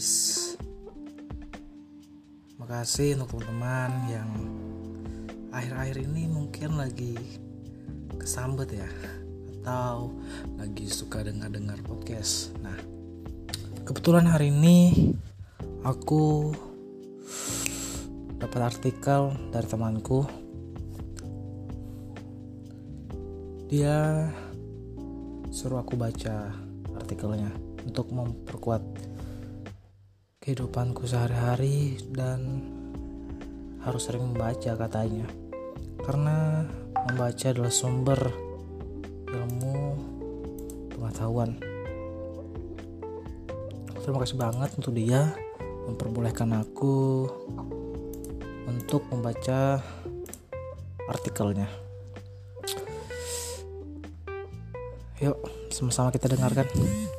guys. Makasih untuk teman-teman yang akhir-akhir ini mungkin lagi kesambet ya, atau lagi suka dengar podcast. Nah, kebetulan hari ini aku dapat artikel dari temanku. Dia suruh aku baca artikelnya untuk memperkuat kehidupanku sehari-hari, dan harus sering membaca katanya, karena membaca adalah sumber ilmu pengetahuan. Terima kasih banget untuk dia memperbolehkan aku untuk membaca artikelnya. Yuk, sama-sama kita dengarkan.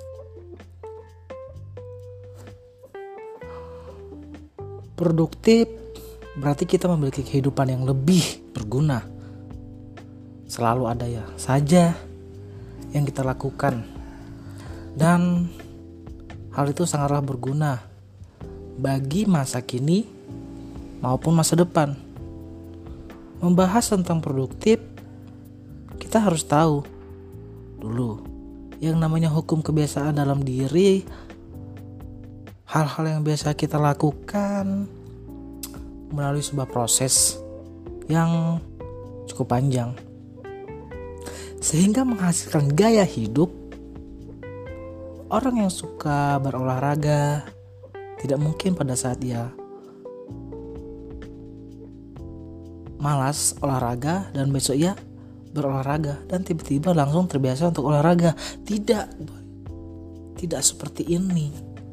Produktif berarti kita memiliki kehidupan yang lebih berguna. Selalu ada ya saja yang kita lakukan, dan hal itu sangatlah berguna bagi masa kini maupun masa depan. Membahas tentang produktif, kita harus tahu dulu yang namanya hukum kebiasaan dalam diri. Hal-hal yang biasa kita lakukan melalui sebuah proses yang cukup panjang, sehingga menghasilkan gaya hidup. Orang yang suka berolahraga tidak mungkin pada saat dia malas olahraga dan besok ia berolahraga dan tiba-tiba langsung terbiasa untuk olahraga. Tidak seperti ini.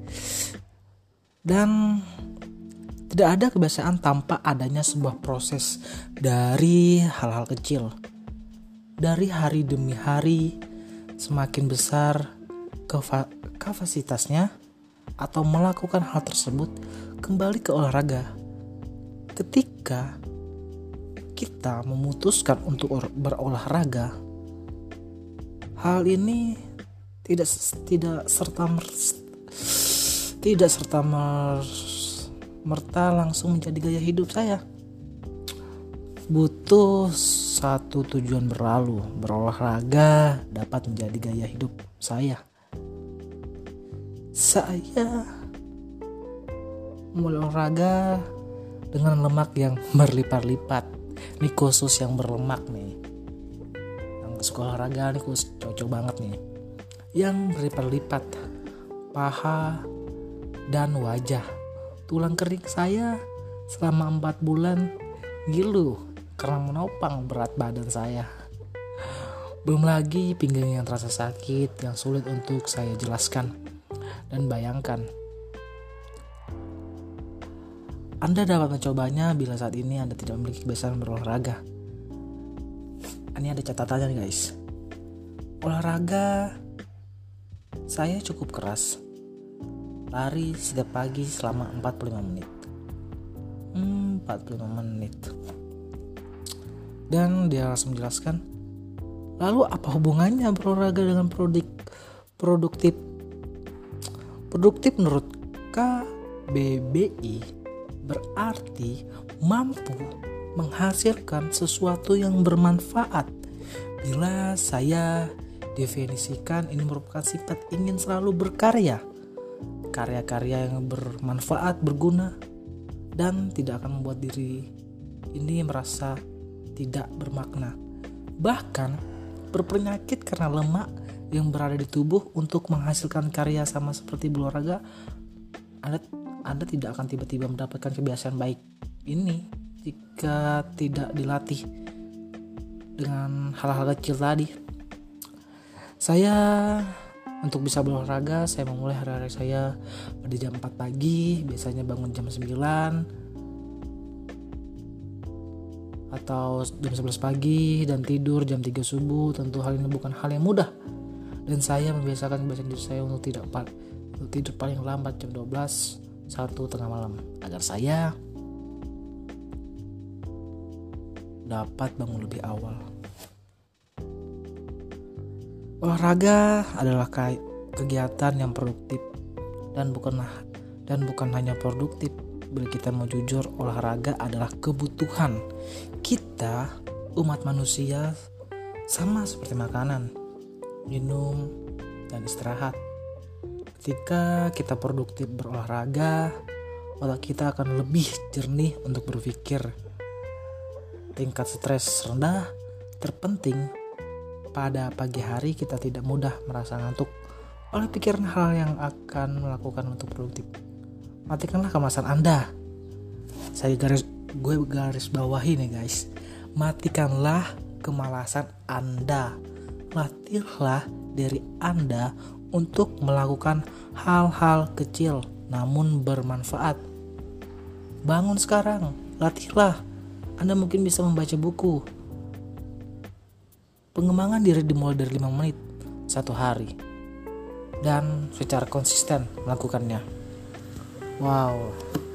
Dan tidak ada kebiasaan tanpa adanya sebuah proses dari hal-hal kecil. Dari hari demi hari semakin besar kapasitasnya atau melakukan hal tersebut kembali ke olahraga. Ketika kita memutuskan untuk berolahraga, hal ini tidak serta merta langsung menjadi gaya hidup saya. Butuh satu tujuan berlalu. Berolahraga dapat menjadi gaya hidup saya. Saya mulai olahraga dengan lemak yang berlipat-lipat. Ini khusus yang berlemak nih. Yang suka olahraga nih cocok banget nih. Yang berlipat-lipat, paha dan wajah. Tulang kering saya selama 4 bulan ngilu karena menopang berat badan saya. Belum lagi pinggang yang terasa sakit yang sulit untuk saya jelaskan dan bayangkan. Anda dapat mencobanya bila saat ini Anda tidak memiliki kebiasaan berolahraga. Ini ada catatannya nih guys. Olahraga saya cukup keras. Lari setiap pagi selama 45 menit. 45 menit. Dan dia langsung menjelaskan, lalu apa hubungannya berolahraga dengan produktif? Produktif menurut KBBI berarti mampu menghasilkan sesuatu yang bermanfaat. Bila saya definisikan, ini merupakan sifat ingin selalu berkarya. Karya-karya yang bermanfaat, berguna, dan tidak akan membuat diri ini merasa tidak bermakna. Bahkan berpenyakit karena lemak yang berada di tubuh untuk menghasilkan karya sama seperti berolahraga. Anda tidak akan tiba-tiba mendapatkan kebiasaan baik ini jika tidak dilatih dengan hal-hal kecil tadi. Untuk bisa berolahraga, saya memulai hari-hari saya pada jam 4 pagi, biasanya bangun jam 9 atau jam 11 pagi dan tidur jam 3 subuh. Tentu hal ini bukan hal yang mudah, dan saya membiasakan kebiasaan diri saya untuk tidur paling lambat jam 12, 1 tengah malam, agar saya dapat bangun lebih awal. Olahraga adalah kegiatan yang produktif dan Dan bukan hanya produktif, bila kita mau jujur, olahraga adalah kebutuhan kita umat manusia, sama seperti makanan, minum, dan istirahat. Ketika kita produktif berolahraga, otak kita akan lebih jernih untuk berpikir. Tingkat stres rendah. Terpenting, pada pagi hari kita tidak mudah merasa ngantuk oleh pikiran hal yang akan melakukan untuk produktif. Matikanlah kemalasan Anda. Gue garis bawahi nih guys. Matikanlah kemalasan Anda. Latihlah diri Anda untuk melakukan hal-hal kecil namun bermanfaat. Bangun sekarang, latihlah. Anda mungkin bisa membaca buku. Pengembangan diri dimulai dari 5 menit satu hari dan secara konsisten melakukannya. Wow,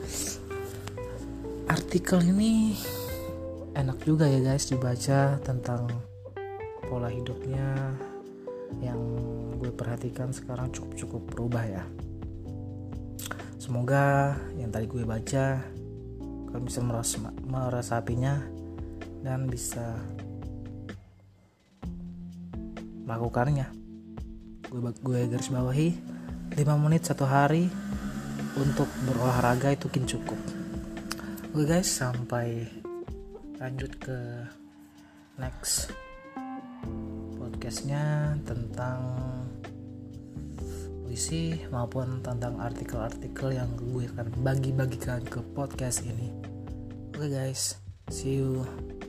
artikel ini enak juga ya guys dibaca, tentang pola hidupnya yang gue perhatikan sekarang cukup berubah ya. Semoga yang tadi gue baca kalian bisa meresapinya dan bisa melakukannya. Gue garis bawahi 5 menit satu hari untuk berolahraga itu cukup. Oke guys, sampai lanjut ke next podcastnya tentang puisi maupun tentang artikel-artikel yang gue akan bagi-bagikan ke podcast ini. Oke guys, see you.